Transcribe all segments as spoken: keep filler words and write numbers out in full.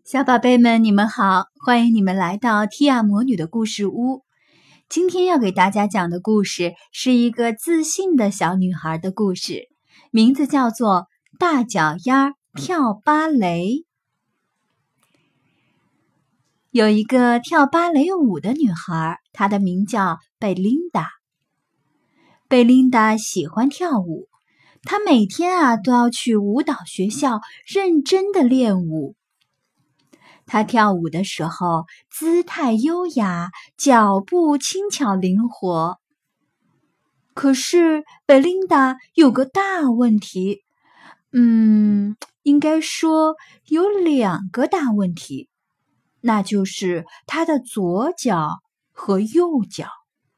小宝贝们，你们好，欢迎你们来到提亚魔女的故事屋。今天要给大家讲的故事是一个自信的小女孩的故事，名字叫做《大脚丫跳芭蕾》。有一个跳芭蕾舞的女孩，她的名叫贝琳达。贝琳达喜欢跳舞，她每天啊都要去舞蹈学校认真的练舞。她跳舞的时候，姿态优雅，脚步轻巧灵活。可是贝琳达有个大问题，嗯，应该说有两个大问题，那就是她的左脚和右脚。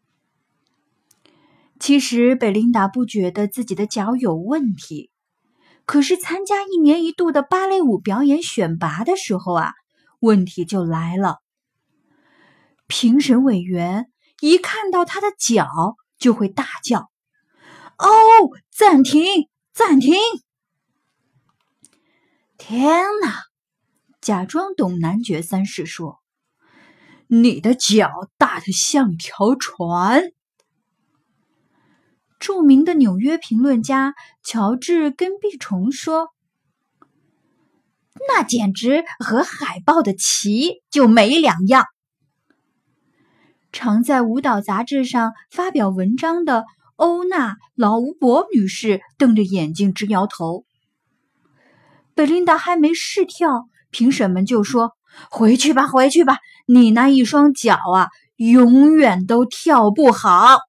其实贝琳达不觉得自己的脚有问题，可是参加一年一度的芭蕾舞表演选拔的时候啊，问题就来了。评审委员一看到他的脚就会大叫：“哦，暂停，暂停！”天哪！假装懂男爵三世说：“你的脚大得像条船。”著名的纽约评论家乔治跟壁虫说：“那简直和海豹的鳍就没两样。”常在舞蹈杂志上发表文章的欧娜·劳乌伯女士瞪着眼睛直摇头。贝琳达还没试跳，评审们就说：“回去吧，回去吧，你那一双脚啊，永远都跳不好。”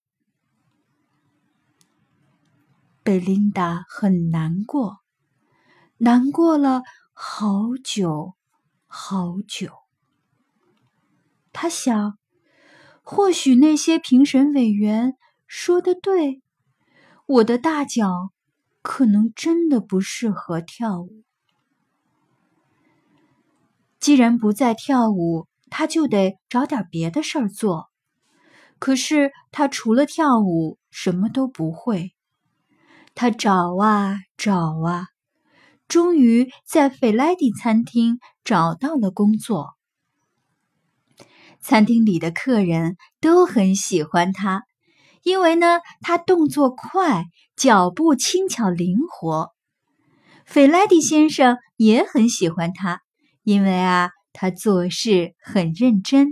贝琳达很难过，难过了好久好久。她想，或许那些评审委员说得对，我的大脚可能真的不适合跳舞。既然不再跳舞，她就得找点别的事儿做。可是她除了跳舞什么都不会。她找啊找啊，终于在费莱蒂餐厅找到了工作。餐厅里的客人都很喜欢她，因为呢，她动作快，脚步轻巧灵活。费莱蒂先生也很喜欢她，因为啊，她做事很认真。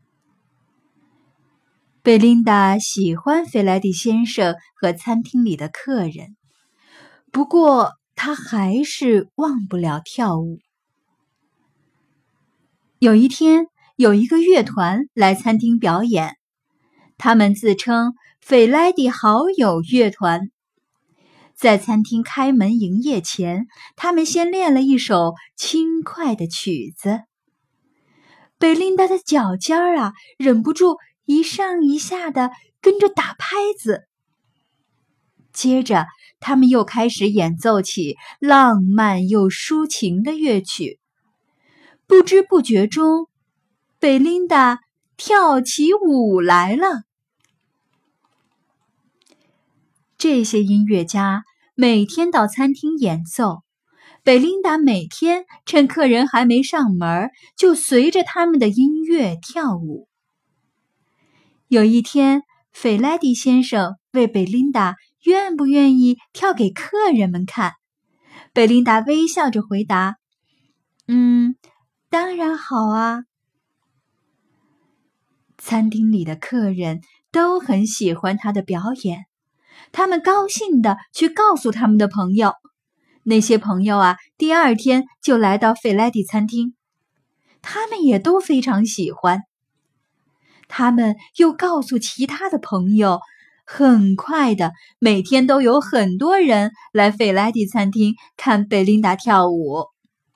贝琳达喜欢费莱蒂先生和餐厅里的客人，不过她还是忘不了跳舞。有一天，有一个乐团来餐厅表演，他们自称费莱蒂好友乐团。在餐厅开门营业前，他们先练了一首轻快的曲子。贝琳达的脚尖儿啊，忍不住一上一下的跟着打拍子。接着，他们又开始演奏起浪漫又抒情的乐曲。不知不觉中，贝琳达跳起舞来了。这些音乐家每天到餐厅演奏，贝琳达每天趁客人还没上门，就随着他们的音乐跳舞。有一天，费莱蒂先生问贝琳达愿不愿意跳给客人们看。贝琳达微笑着回答：“嗯，当然好啊。”餐厅里的客人都很喜欢她的表演，他们高兴地去告诉他们的朋友。那些朋友啊，第二天就来到费莱蒂餐厅，他们也都非常喜欢。他们又告诉其他的朋友，很快的，每天都有很多人来费莱蒂餐厅看贝琳达跳舞。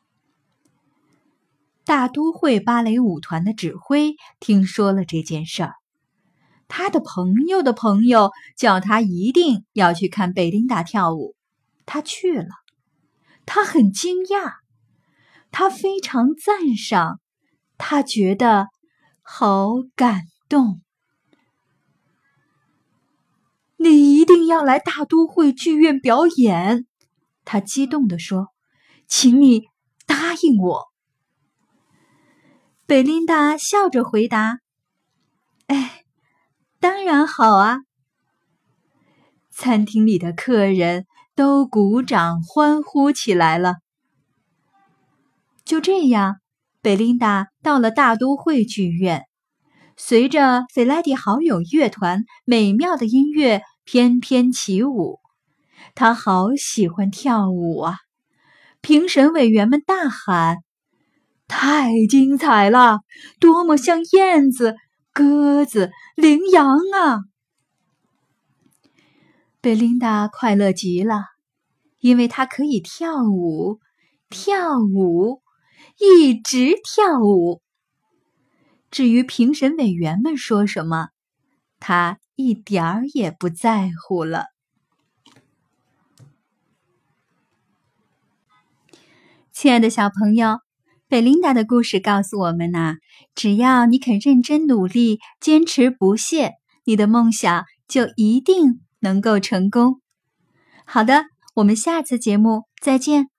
大都会芭蕾舞团的指挥听说了这件事儿，他的朋友的朋友叫他一定要去看贝琳达跳舞。他去了，他很惊讶，他非常赞赏，他觉得好感动。你一定要来大都会剧院表演，他激动地说，请你答应我。 贝琳达笑着回答：“哎，当然好啊！”餐厅里的客人都鼓掌欢呼起来了。就这样，贝琳达到了大都会剧院，随着费莱迪好友乐团美妙的音乐翩翩起舞。她好喜欢跳舞啊！评审委员们大喊：“太精彩了！多么像燕子、鸽子、羚羊啊！”贝琳达快乐极了，因为她可以跳舞，跳舞，一直跳舞。至于评审委员们说什么，她一点儿也不在乎了。亲爱的小朋友，贝琳达的故事告诉我们呐、啊，只要你肯认真努力，坚持不懈，你的梦想就一定能够成功。好的，我们下次节目再见。